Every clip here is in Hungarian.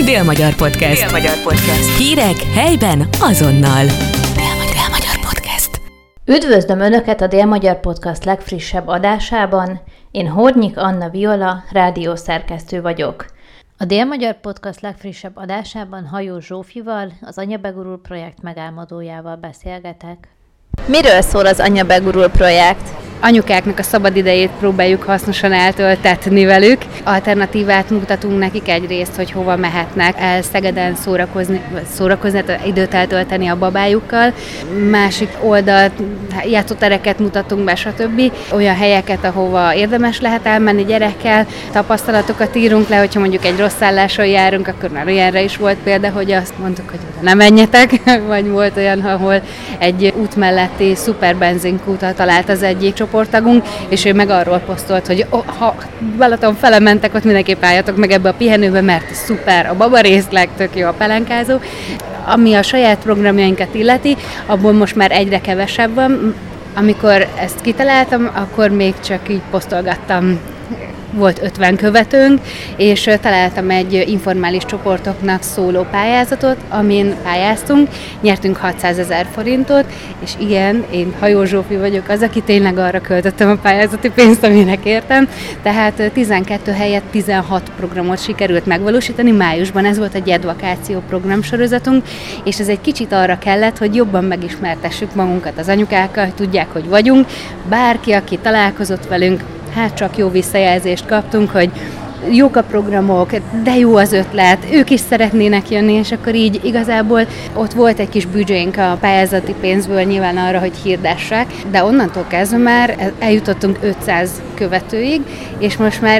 Dél-Magyar Podcast. Dél-Magyar Podcast. Hírek helyben azonnal. Dél-Magyar Podcast. Üdvözlöm Önöket a Dél-Magyar Podcast legfrissebb adásában. Én Hornyik Anna Viola, rádiószerkesztő vagyok. A Dél-Magyar Podcast legfrissebb adásában Hajó Zsófival, az Anya Begurul projekt megálmodójával beszélgetek. Miről szól az Anya Begurul projekt? Anyukáknak a szabadidejét próbáljuk hasznosan eltöltetni velük. Alternatívát mutatunk nekik egyrészt, hogy hova mehetnek el Szegeden szórakozni, időt eltölteni a babájukkal. Másik oldalt játszótereket mutatunk be, stb. Olyan helyeket, ahova érdemes lehet elmenni gyerekkel. Tapasztalatokat írunk le, hogyha mondjuk egy rossz szálláson járunk, akkor már olyanra is volt példa, hogy azt mondtuk, hogy oda nem menjetek, vagy volt olyan, ahol egy út melletti szuper benzinkútat talált az egyik csoporttagunk, és ő meg arról posztolt, hogy ha Balaton fele mentek, ott mindenképp álljatok meg ebbe a pihenőbe, mert szuper, a babarészleg, tök jó a pelenkázó. Ami a saját programjainkat illeti, abból most már egyre kevesebb van. Amikor ezt kitaláltam, akkor még csak így posztolgattam. Volt 50 követőnk, és találtam egy informális csoportoknak szóló pályázatot, amin pályáztunk, nyertünk 600 000 forintot, és igen, én Hajó Zsófi vagyok az, aki tényleg arra költöttem a pályázati pénzt, amire kértem, tehát 12 helyett 16 programot sikerült megvalósítani májusban, ez volt egy edvakáció programsorozatunk, és ez egy kicsit arra kellett, hogy jobban megismertessük magunkat az anyukákkal, tudják, hogy vagyunk, bárki, aki találkozott velünk, hát csak jó visszajelzést kaptunk, hogy jók a programok, de jó az ötlet, ők is szeretnének jönni, és akkor így igazából ott volt egy kis büdzsénk a pályázati pénzből nyilván arra, hogy hirdessek, de onnantól kezdve már eljutottunk 500 követőig, és most már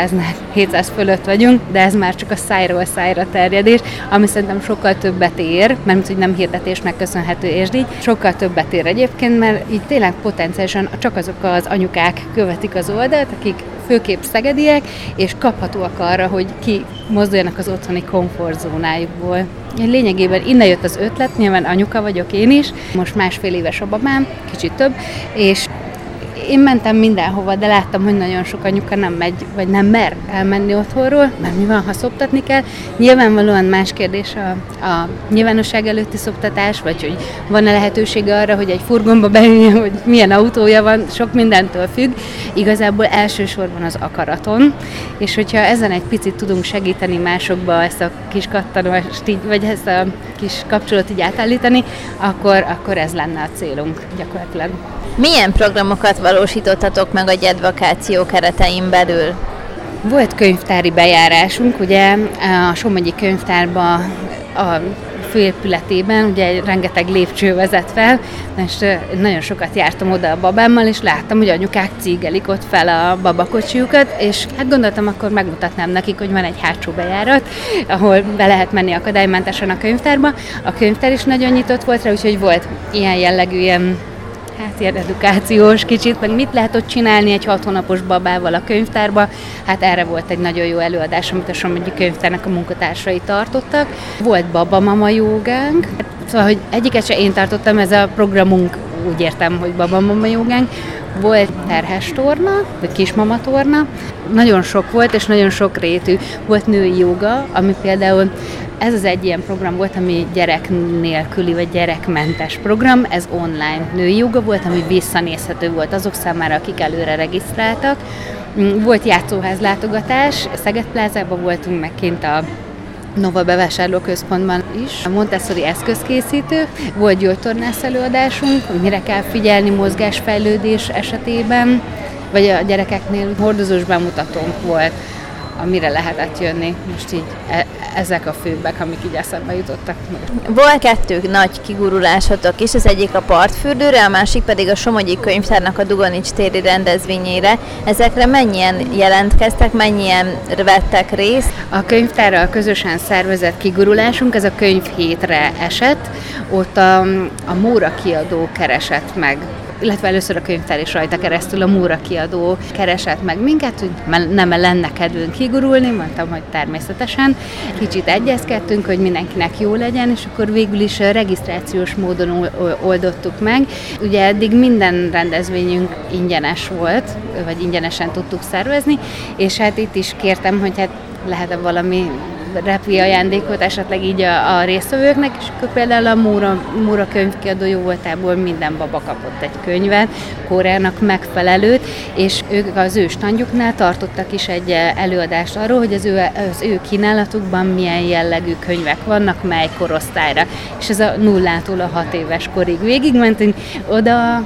700 fölött vagyunk, de ez már csak a szájról szájra terjedés, ami szerintem sokkal többet ér, mert hogy nem hirdetésnek köszönhető, és így sokkal többet ér egyébként, mert így tényleg potenciálisan csak azok az anyukák követik az oldalt, akik főképp szegediek, és kaphatóak arra, hogy ki mozduljanak az otthoni komfortzónájukból. Lényegében innen jött az ötlet, nyilván anyuka vagyok én is, most 1,5 éves a babám, kicsit több, és én mentem mindenhova, de láttam, hogy nagyon sok anyuka nem megy, vagy nem mer elmenni otthonról, mert mi van, ha szoptatni kell. Nyilvánvalóan más kérdés a nyilvánosság előtti szoptatás, vagy hogy van-e lehetősége arra, hogy egy furgonba beüljön, hogy milyen autója van, sok mindentől függ. Igazából elsősorban az akaraton, és hogyha ezen egy picit tudunk segíteni másokba ezt a kis kattanást, vagy ezt a kis kapcsolatot így átállítani, akkor ez lenne a célunk gyakorlatilag. Milyen programokat valósítottatok meg a gyedvakáció keretein belül? Volt könyvtári bejárásunk, ugye a Somogyi könyvtárba a főépületében, ugye rengeteg lépcső vezet fel, és nagyon sokat jártam oda a babámmal, és láttam, hogy anyukák cígelik ott fel a babakocsiukat, és hát gondoltam, akkor megmutatnám nekik, hogy van egy hátsó bejárat, ahol be lehet menni akadálymentesen a könyvtárba. A könyvtár is nagyon nyitott volt rá, úgyhogy volt ilyen jellegű, ilyen edukációs kicsit, meg mit lehet ott csinálni egy 6 hónapos babával a könyvtárba. Hát erre volt egy nagyon jó előadás, amit a Somogyi könyvtárnak a munkatársai tartottak. Volt babamama jógánk, szóval, hogy egyiket se én tartottam, ez a programunk, úgy értem, hogy babamama jógánk. Volt terhes torna, vagy kismama torna, nagyon sok volt, és nagyon sok rétű. Volt női jóga, ami például ez az egy ilyen program volt, ami gyerek nélküli, vagy gyerekmentes program, ez online női jóga volt, ami visszanézhető volt azok számára, akik előre regisztráltak. Volt játszóház látogatás, Szeged Plázában voltunk, meg kint a Nova bevásárlóközpontban is. A Montessori eszközkészítő, volt gyógytornász előadásunk, mire kell figyelni mozgásfejlődés esetében, vagy a gyerekeknél hordozós bemutatónk volt, amire lehetett jönni. Most így ezek a főbbek, amik így eszembe jutottak. Volt 2 nagy kigurulásotok is, az egyik a partfürdőre, a másik pedig a Somogyi könyvtárnak a Dugonics téri rendezvényére. Ezekre mennyien jelentkeztek, mennyien vettek részt? A könyvtárral közösen szervezett kigurulásunk, ez a könyv hétre esett, ott a Móra kiadó keresett meg, illetve először a könyvtár is rajta keresztül a Móra kiadó keresett meg minket, hogy nem lenne kedvünk kigurulni, mondtam, hogy természetesen. Kicsit egyezkedtünk, hogy mindenkinek jó legyen, és akkor végül is regisztrációs módon oldottuk meg. Ugye eddig minden rendezvényünk ingyenes volt, vagy ingyenesen tudtuk szervezni, és hát itt is kértem, hogy hát lehet-e valami repi ajándékot esetleg így a résztvevőknek, és akkor például a Móra könyvkiadó jó voltából minden baba kapott egy könyvet, korának megfelelőt, és ők az ő standjuknál tartottak is egy előadást arról, hogy az ő kínálatukban milyen jellegű könyvek vannak, mely korosztályra. És ez a 0-tól a 6 éves korig végigmentünk, oda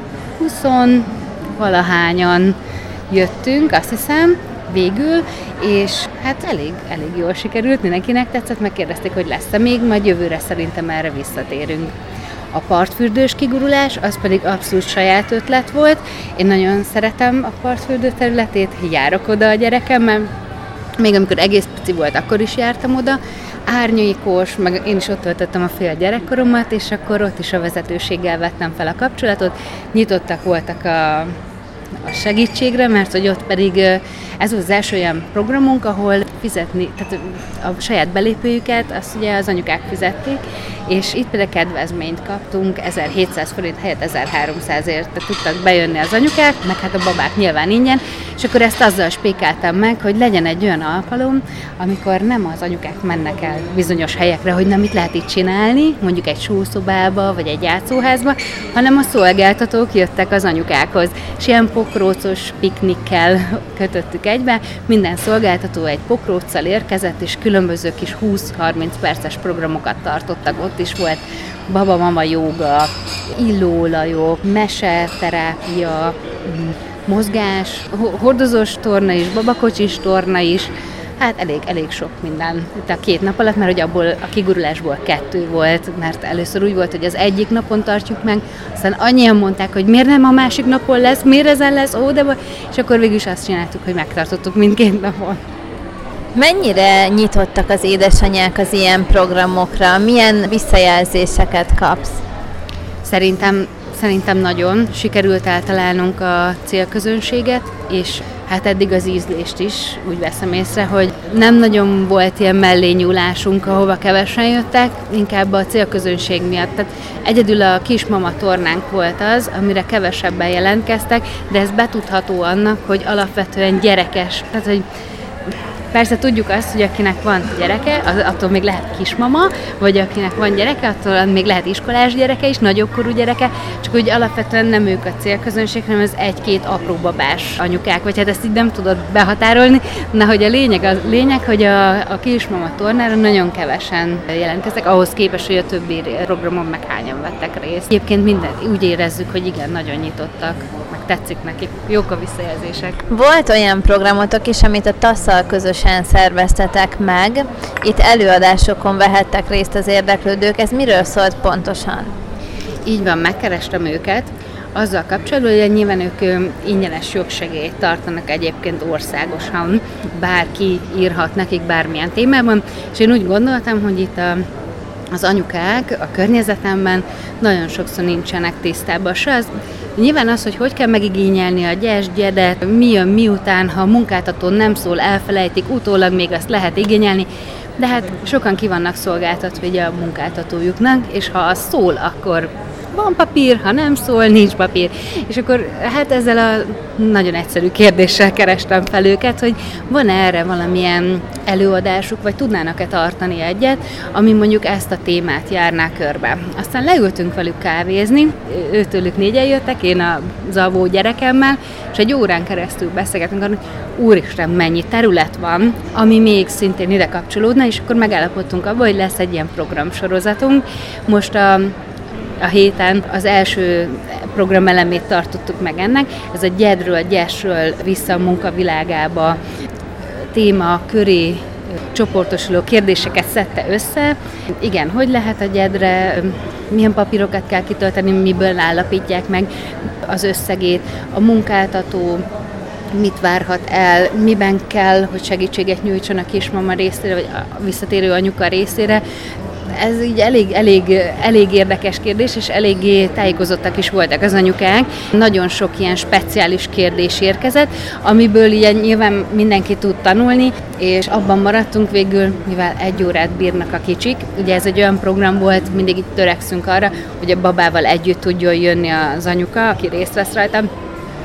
20-valahányan jöttünk, azt hiszem, végül, és hát elég jól sikerült, mindenkinek tetszett, megkérdezték, hogy lesz-e még, majd jövőre szerintem erre visszatérünk. A partfürdős kigurulás, az pedig abszolút saját ötlet volt. Én nagyon szeretem a partfürdő területét, járok oda a gyerekemmel, még amikor egész pici volt, akkor is jártam oda, árnyékos, meg én is ott töltöttem a fél gyerekkoromat, és akkor ott is a vezetőséggel vettem fel a kapcsolatot, nyitottak voltak a segítségre, mert hogy ott pedig ez volt az első olyan programunk, ahol fizetni, tehát a saját belépőjüket, azt ugye az anyukák fizették, és itt például kedvezményt kaptunk, 1700 forint helyett 1300-ért tudtak bejönni az anyukák, meg hát a babák nyilván ingyen, és akkor ezt azzal spékáltam meg, hogy legyen egy olyan alkalom, amikor nem az anyukák mennek el bizonyos helyekre, hogy nem mit lehet itt csinálni, mondjuk egy sószobába, vagy egy játszóházba, hanem a szolgáltatók jöttek az anyukákhoz, és ilyen pokrócos piknikkel kötöttük egybe, minden szolgáltató egy pokróccal érkezett, és különböző kis 20-30 perces programokat tartottak, ott is volt baba-mama jóga, illóolajok, meseterápia, mozgás, hordozós torna is, babakocsis torna is, hát elég sok minden itt a 2 nap alatt, mert hogy abból a kigurulásból 2 volt, mert először úgy volt, hogy az egyik napon tartjuk meg, aztán annyian mondták, hogy miért nem a másik napon lesz, miért ezen lesz, és akkor végül is azt csináltuk, hogy megtartottuk mindkét napon. Mennyire nyitottak az édesanyák az ilyen programokra? Milyen visszajelzéseket kapsz? Szerintem nagyon sikerült eltalálnunk a célközönséget, és hát eddig az ízlést is úgy veszem észre, hogy nem nagyon volt ilyen mellényúlásunk, ahova kevesen jöttek, inkább a célközönség miatt. Tehát egyedül a kismama tornánk volt az, amire kevesebben jelentkeztek, de ez betudható annak, hogy alapvetően gyerekes, tehát hogy persze tudjuk azt, hogy akinek van gyereke, attól még lehet kismama, vagy akinek van gyereke, attól még lehet iskolás gyereke is, nagyobbkorú gyereke, csak úgy alapvetően nem ők a célközönség, hanem az 1-2 apró babás anyukák, vagy hát ezt így nem tudod behatárolni, de hogy a lényeg, hogy a kismama tornára nagyon kevesen jelentkeztek, ahhoz képest, hogy a többi programon meg hányan vettek részt. Egyébként úgy érezzük, hogy igen, nagyon nyitottak, meg tetszik nekik, jók a visszajelzések. Volt olyan programotok is, amit a TASZ-szal közösen szerveztetek meg. Itt előadásokon vehettek részt az érdeklődők. Ez miről szólt pontosan? Így van, megkerestem őket. Azzal kapcsolatban, hogy nyilván ők ingyenes jogsegélyt tartanak egyébként országosan, bárki írhat nekik bármilyen témában, és én úgy gondoltam, hogy itt az anyukák a környezetemben nagyon sokszor nincsenek tisztában. Nyilván az, hogy kell megigényelni a gyes-gyedet, mi jön miután, ha a munkáltató nem szól, elfelejtik, utólag még azt lehet igényelni, de hát sokan ki vannak szolgáltatva ugye a munkáltatójuknak, és ha az szól, akkor van papír, ha nem szól, nincs papír. És akkor hát ezzel a nagyon egyszerű kérdéssel kerestem fel őket, hogy van erre valamilyen előadásuk, vagy tudnának-e tartani egyet, ami mondjuk ezt a témát járná körbe. Aztán leültünk velük kávézni, őtőlük 4-en jöttek, én az alvó gyerekemmel, és egy órán keresztül beszélgetünk arra, hogy úristen, mennyi terület van, ami még szintén ide kapcsolódna, és akkor megállapodtunk abban, hogy lesz egy ilyen programsorozatunk. Most a héten az első programelemét tartottuk meg ennek, ez a gyedről, gyesről vissza a munkavilágába téma köré csoportosuló kérdéseket szedte össze. Igen, hogy lehet a gyedre, milyen papírokat kell kitölteni, miből állapítják meg az összegét, a munkáltató mit várhat el, miben kell, hogy segítséget nyújtson a kismama részére, vagy a visszatérő anyuka részére. Ez így elég érdekes kérdés, és eléggé tájékozottak is voltak az anyukák. Nagyon sok ilyen speciális kérdés érkezett, amiből ilyen nyilván mindenki tud tanulni, és abban maradtunk végül, mivel 1 órát bírnak a kicsik. Ugye ez egy olyan program volt, mindig itt törekszünk arra, hogy a babával együtt tudjon jönni az anyuka, aki részt vesz rajta,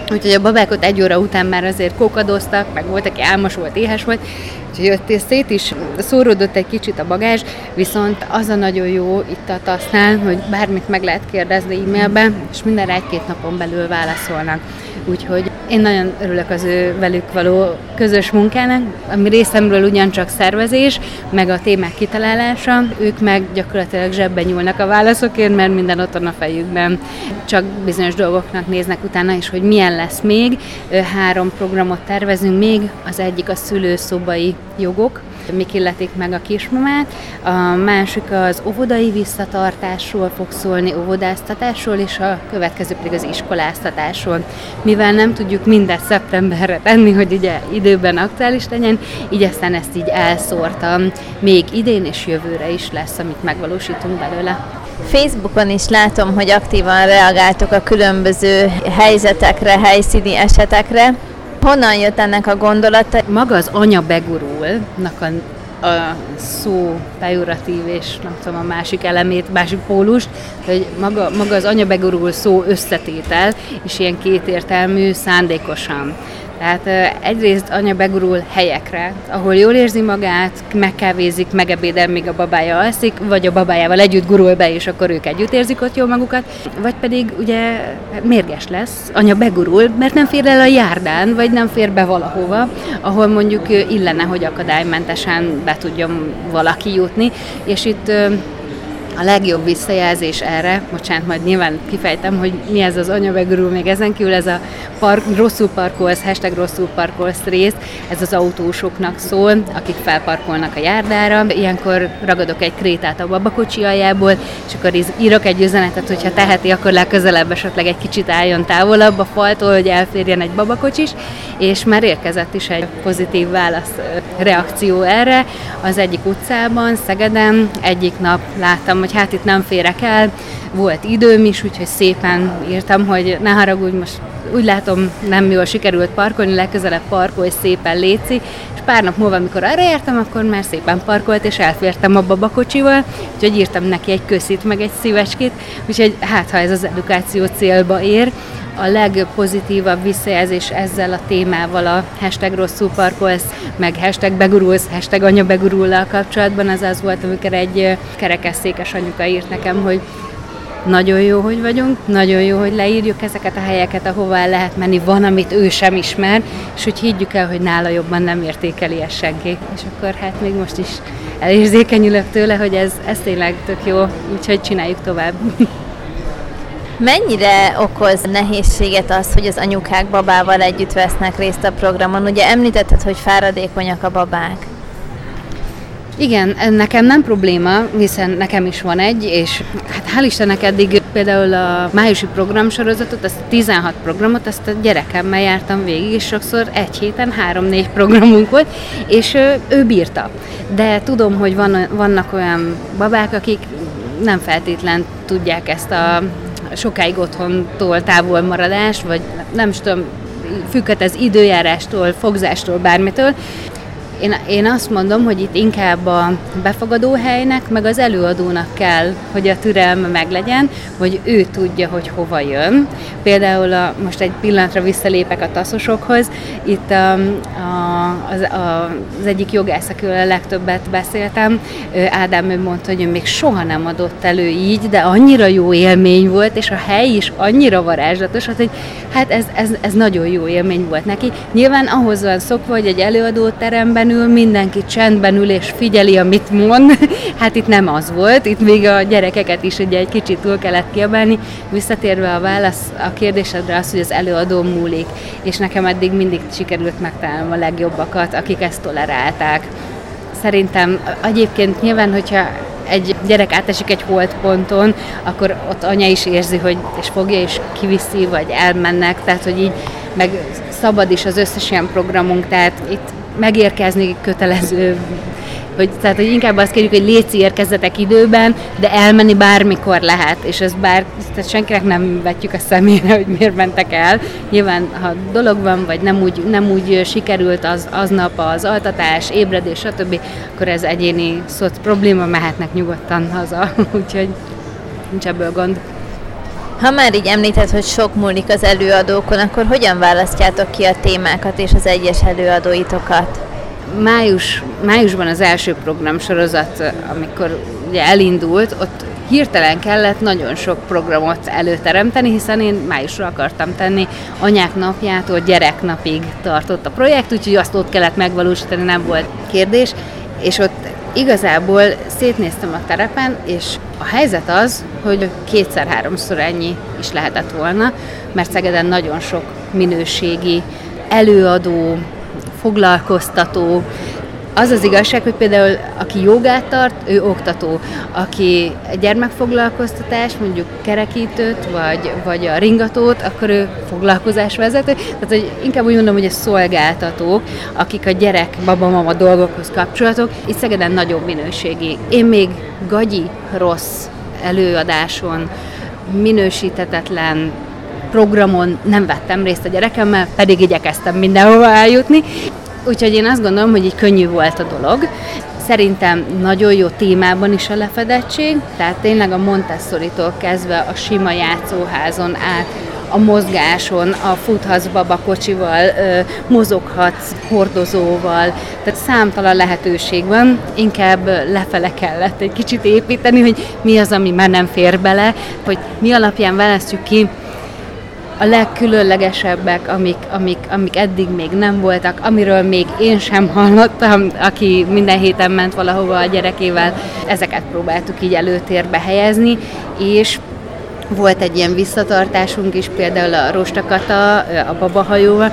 Úgyhogy a babák ott 1 óra után már azért kókadoztak, meg volt, aki álmos volt, éhes volt, úgyhogy jött és szét is szóródott egy kicsit a bagázs, viszont az a nagyon jó itt a TASZ-nál, hogy bármit meg lehet kérdezni e-mailben, és mindenre 1-2 napon belül válaszolnak. Úgyhogy én nagyon örülök az ő velük való közös munkának, ami részemről ugyancsak szervezés, meg a témák kitalálása, ők meg gyakorlatilag zsebben nyúlnak a válaszokért, mert minden ott van a fejükben. Csak bizonyos dolgoknak néznek utána is, hogy milyen lesz még. 3 programot tervezünk még, az egyik a szülőszobai jogok, mik illetik meg a kismamát, a másik az óvodai visszatartásról fog szólni, óvodáztatásról, és a következő pedig az iskoláztatásról. Mivel nem tudjuk mindezt szeptemberre tenni, hogy ugye időben aktuális legyen, így aztán ezt így elszórtam. Még idén és jövőre is lesz, amit megvalósítunk belőle. Facebookon is látom, hogy aktívan reagáltok a különböző helyzetekre, helyszíni esetekre. Honnan jött ennek a gondolata? Maga az anya begurulnak a szó pejoratív és nem tudom a másik elemét, másik pólust, hogy maga az anya begurul szó összetétel, és ilyen kétértelmű szándékosan. Tehát egyrészt anya begurul helyekre, ahol jól érzi magát, megkávézik, megebédel, míg a babája alszik, vagy a babájával együtt gurul be, és akkor ők együtt érzik ott jól magukat, vagy pedig ugye mérges lesz, anya begurul, mert nem fér el a járdán, vagy nem fér be valahova, ahol mondjuk illene, hogy akadálymentesen be tudjon valaki jutni, és itt a legjobb visszajelzés erre, bocsánat, majd nyilván kifejtem, hogy mi ez az anya begurul, még ezen kívül ez a rosszul parkolsz, #rosszul parkolsz rész, ez az autósoknak szól, akik felparkolnak a járdára. Ilyenkor ragadok egy krétát a babakocsi aljából, és akkor írok egy üzenetet, hogyha teheti, akkor legközelebb esetleg egy kicsit álljon távolabb a faltól, hogy elférjen egy babakocsis, és már érkezett is egy pozitív reakció erre. Az egyik utcában, Szegeden egyik nap láttam, hogy hát itt nem férek el, volt időm is, úgyhogy szépen írtam, hogy ne haragudj, most úgy látom, nem jól sikerült parkolni, legközelebb parkolj szépen, léci, és pár nap múlva, amikor arra jártam, akkor már szépen parkolt, és elfértem a babakocsival, úgyhogy írtam neki egy köszit, meg egy szívecskét, úgyhogy hát, ha ez az edukáció célba ér. A legpozitívabb visszajelzés ezzel a témával a #rosszul parkolsz, meg #begurulsz, #anyabegurullal kapcsolatban az volt, amikor egy kerekesszékes anyuka írt nekem, hogy nagyon jó, hogy vagyunk, nagyon jó, hogy leírjuk ezeket a helyeket, ahová el lehet menni, van, amit ő sem ismer, és hogy higgyük el, hogy nála jobban nem értékeli ezt senki. És akkor hát még most is elérzékenyülök tőle, hogy ez tényleg tök jó, úgyhogy csináljuk tovább. Mennyire okoz nehézséget az, hogy az anyukák babával együtt vesznek részt a programon? Ugye említetted, hogy fáradékonyak a babák. Igen, nekem nem probléma, hiszen nekem is van egy, és hát hál' Istennek eddig például a májusi programsorozatot, azt a 16 programot, azt a gyerekemmel jártam végig, és sokszor egy héten 3-4 programunk volt, és ő bírta. De tudom, hogy vannak olyan babák, akik nem feltétlen tudják ezt a sokáig otthontól távol maradást, vagy nem tudom, függhet ez időjárástól, fogzástól, bármitől. Én azt mondom, hogy itt inkább a befogadó helynek, meg az előadónak kell, hogy a türelme meglegyen, hogy ő tudja, hogy hova jön. Például most egy pillanatra visszalépek a taszosokhoz. Itt az egyik jogász, akivel a legtöbbet beszéltem, Ádám, ő mondta, hogy ő még soha nem adott elő így, de annyira jó élmény volt, és a hely is annyira varázslatos, hogy hát ez nagyon jó élmény volt neki. Nyilván ahhoz van szokva, hogy egy előadóteremben ül, mindenki csendben ül és figyeli, amit mond. Hát itt nem az volt, itt még a gyerekeket is ugye egy kicsit túl kellett kiabálni. Visszatérve a kérdésedre az, hogy az előadó múlik, és nekem eddig mindig sikerült megtalálnom a legjobbakat, akik ezt tolerálták. Szerintem egyébként nyilván, hogyha egy gyerek átesik egy holdponton, akkor ott anya is érzi, hogy és fogja és kiviszi, vagy elmennek, tehát hogy így meg szabad is az összes ilyen programunk, tehát itt megérkezni kötelező, tehát hogy inkább azt kérjük, hogy léci érkezzetek időben, de elmenni bármikor lehet, és ez tehát senkinek nem vetjük a szemére, hogy miért mentek el. Nyilván, ha dolog van, vagy nem úgy sikerült aznap az altatás, ébredés, stb., akkor ez egyéni probléma, mehetnek nyugodtan haza, úgyhogy nincs ebből gond. Ha már így említed, hogy sok múlik az előadókon, akkor hogyan választjátok ki a témákat és az egyes előadóitokat? Májusban az első programsorozat, amikor ugye elindult, ott hirtelen kellett nagyon sok programot előteremteni, hiszen én májusra akartam tenni anyák napjától gyereknapig tartott a projekt, úgyhogy azt ott kellett megvalósítani, nem volt kérdés, és ott igazából szétnéztem a terepen, és a helyzet az, hogy 2-3-szor ennyi is lehetett volna, mert Szegeden nagyon sok minőségi előadó, foglalkoztató. Az az igazság, hogy például aki jogát tart, ő oktató. Aki gyermekfoglalkoztatás, mondjuk kerekítőt, vagy a ringatót, akkor ő foglalkozásvezető. Tehát hogy inkább úgy mondom, hogy a szolgáltatók, akik a gyerek, baba-mama dolgokhoz kapcsolatok, itt Szegeden nagyobb minőségi. Én még gagyi rossz előadáson, minősíthetetlen programon nem vettem részt a gyerekemmel, pedig igyekeztem mindenhova eljutni. Úgyhogy én azt gondolom, hogy így könnyű volt a dolog. Szerintem nagyon jó témában is a lefedettség, tehát tényleg a Montessori-tól kezdve a sima játszóházon át, a mozgáson, a futhatsz babakocsival, mozoghatsz hordozóval, tehát számtalan lehetőség van, inkább lefele kellett egy kicsit építeni, hogy mi az, ami már nem fér bele, hogy mi alapján választjuk ki a legkülönlegesebbek, amik eddig még nem voltak, amiről még én sem hallottam, aki minden héten ment valahova a gyerekével, ezeket próbáltuk így előtérbe helyezni, és volt egy ilyen visszatartásunk is, például a Rosta Kata, a babahajóval,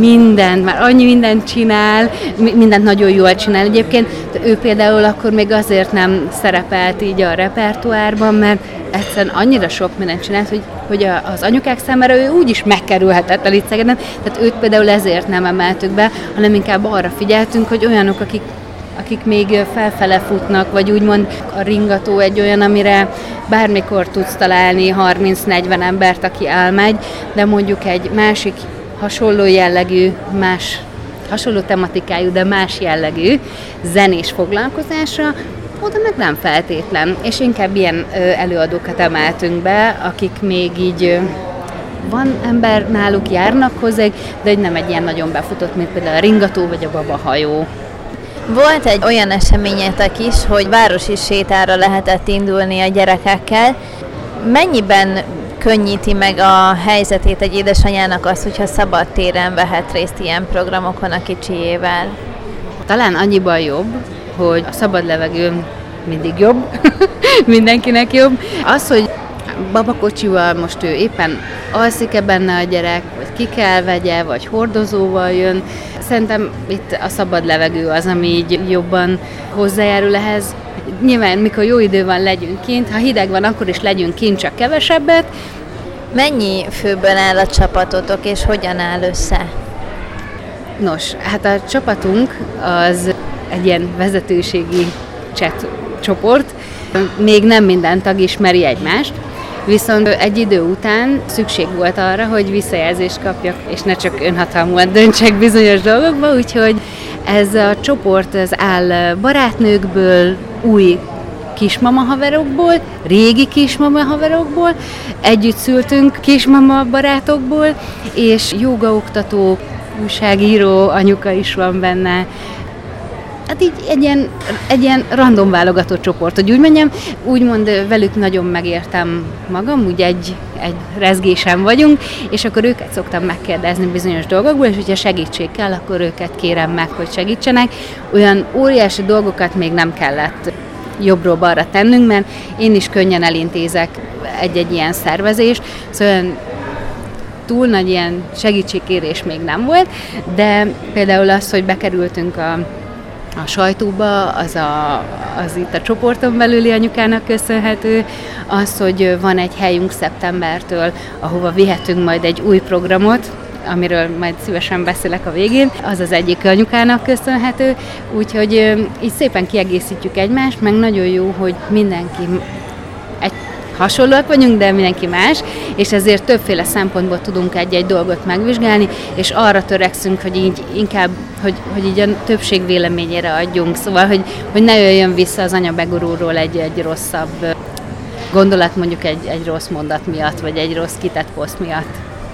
már annyi mindent csinál, mindent nagyon jól csinál egyébként. Ő például akkor még azért nem szerepelt így a repertoárban, mert egyszerűen annyira sok mindent csinált, hogy az anyukák számára ő úgy is megkerülhetett a Szegeden, tehát őt például ezért nem emeltük be, hanem inkább arra figyeltünk, hogy olyanok, akik még felfele futnak, vagy úgymond a ringató egy olyan, amire bármikor tudsz találni 30-40 embert, aki elmegy, de mondjuk egy másik hasonló jellegű, hasonló tematikájú, de más jellegű zenés foglalkozásra, oda meg nem feltétlen, és inkább ilyen előadókat emeltünk be, akik még így van ember náluk, járnak hozzá, de nem egy ilyen nagyon befutott, mint például a ringató vagy a babahajó. Volt egy olyan eseményetek is, hogy városi sétára lehetett indulni a gyerekekkel. Mennyiben könnyíti meg a helyzetét egy édesanyának az, hogyha szabad téren vehet részt ilyen programokon a kicsiével? Talán annyiban jobb, hogy a szabad levegő mindig jobb, mindenkinek jobb. Az, hogy babakocsival most ő éppen alszik-e benne a gyerek, vagy ki kell vegye, vagy hordozóval jön. Szerintem itt a szabad levegő az, ami így jobban hozzájárul ehhez. Nyilván, mikor jó idő van, legyünk kint, ha hideg van, akkor is legyünk kint, csak kevesebbet. Mennyi főből áll a csapatotok, és hogyan áll össze? Nos, hát a csapatunk az egy ilyen vezetőségi chat csoport. Még nem minden tag ismeri egymást, viszont egy idő után szükség volt arra, hogy visszajelzést kapjak, és ne csak önhatalmúan döntsek bizonyos dolgokba, úgyhogy ez a csoport az áll barátnőkből, új kismama haverokból, régi kismama haverokból, együtt szültünk kismama barátokból, és jógaoktató, újságíró anyuka is van benne. Hát így egy ilyen random válogatott csoport, hogy úgy mondjam, úgymond velük nagyon megértem magam, úgy egy rezgésen vagyunk, és akkor őket szoktam megkérdezni bizonyos dolgokból, és hogyha segítség kell, akkor őket kérem meg, hogy segítsenek. Olyan óriási dolgokat még nem kellett jobbról-balra tennünk, mert én is könnyen elintézek egy ilyen szervezést, szóval túl nagy ilyen segítségkérés még nem volt, de például az, hogy bekerültünk a sajtóba, az itt a csoporton belüli anyukának köszönhető, az, hogy van egy helyünk szeptembertől, ahova vihetünk majd egy új programot, amiről majd szívesen beszélek a végén, az az egyik anyukának köszönhető, úgyhogy így szépen kiegészítjük egymást, meg nagyon jó, hogy mindenki hasonlóak vagyunk, de mindenki más, és ezért többféle szempontból tudunk egy-egy dolgot megvizsgálni, és arra törekszünk, hogy így inkább, hogy így a többség véleményére adjunk, szóval, hogy ne jöjjön vissza az anyabegurúról egy rosszabb gondolat mondjuk egy rossz mondat miatt, vagy egy rossz kitett poszt miatt.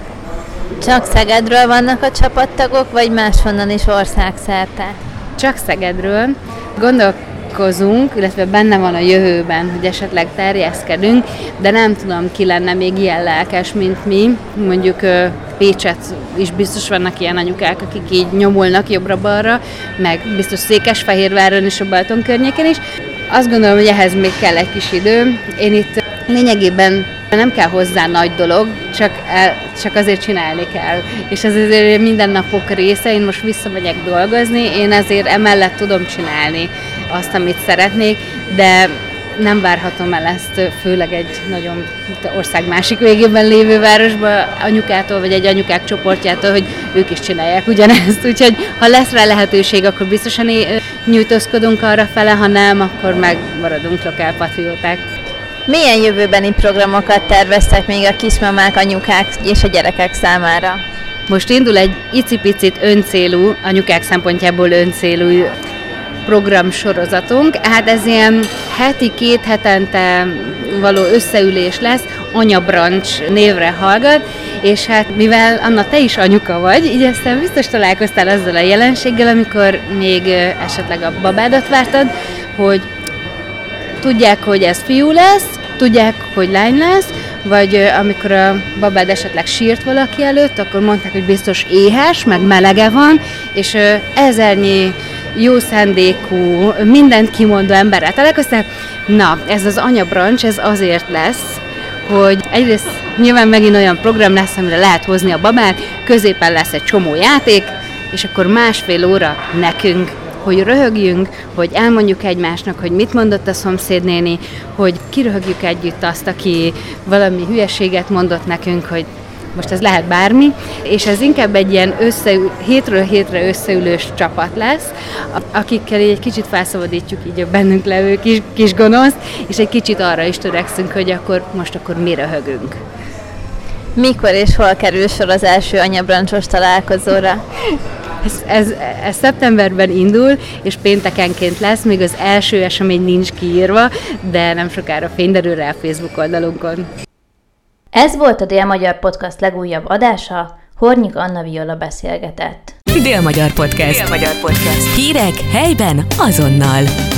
Csak Szegedről vannak a csapattagok, vagy máshonnan is országszerte? Csak Szegedről. Gondolkozunk, illetve benne van a jövőben, hogy esetleg terjeszkedünk, de nem tudom, ki lenne még ilyen lelkes, mint mi. Mondjuk Pécset is biztos vannak ilyen anyukák, akik így nyomulnak jobbra-balra, meg biztos Székesfehérváron és a Balaton környéken is. Azt gondolom, hogy ehhez még kell egy kis idő. Én itt lényegében nem kell hozzá nagy dolog, csak azért csinálni kell. És ez azért minden napok része, én most visszamegyek dolgozni, én azért emellett tudom csinálni azt, amit szeretnék, de nem várhatom el ezt, főleg egy nagyon ország másik végében lévő városba anyukától, vagy egy anyukák csoportjától, hogy ők is csinálják ugyanezt. Úgyhogy ha lesz rá lehetőség, akkor biztosan nyújtózkodunk arra fele, ha nem, akkor meg maradunk lokálpatrióták. Milyen jövőbeni programokat terveztek még a kismamák, anyukák és a gyerekek számára? Most indul egy icipicit öncélú, anyukák szempontjából öncélú programsorozatunk. Hát ez ilyen heti, 2 hetente való összeülés lesz, anyabrancs névre hallgat, és hát mivel Anna, te is anyuka vagy, így aztán biztos találkoztál azzal a jelenséggel, amikor még esetleg a babádat vártad, hogy tudják, hogy ez fiú lesz, tudják, hogy lány lesz, vagy amikor a babád esetleg sírt valaki előtt, akkor mondták, hogy biztos éhes, meg melege van, és ezernyi jó szándékú, mindent kimondó emberrel találkoztál. Na, ez az anyabrancs, ez azért lesz, hogy egyrészt nyilván megint olyan program lesz, amire lehet hozni a babát, középen lesz egy csomó játék, és akkor 1,5 óra nekünk, hogy röhögjünk, hogy elmondjuk egymásnak, hogy mit mondott a szomszédnéni, hogy kiröhögjük együtt azt, aki valami hülyeséget mondott nekünk, hogy most ez lehet bármi, és ez inkább egy ilyen hétről hétre összeülős csapat lesz, akikkel egy kicsit felszabadítjuk így a bennünk levő kis gonoszt, és egy kicsit arra is törekszünk, hogy akkor mi röhögünk. Mikor és hol kerül sor az első anyabrancsos találkozóra? Ez szeptemberben indul, és péntekenként lesz, még az első esemény nincs kiírva, de nem sokára fényderül rá a Facebook oldalunkon. Ez volt a Dél-Magyar Podcast legújabb adása, Hornyik Anna Viola beszélgetett. Dél-Magyar Podcast. Hírek helyben azonnal.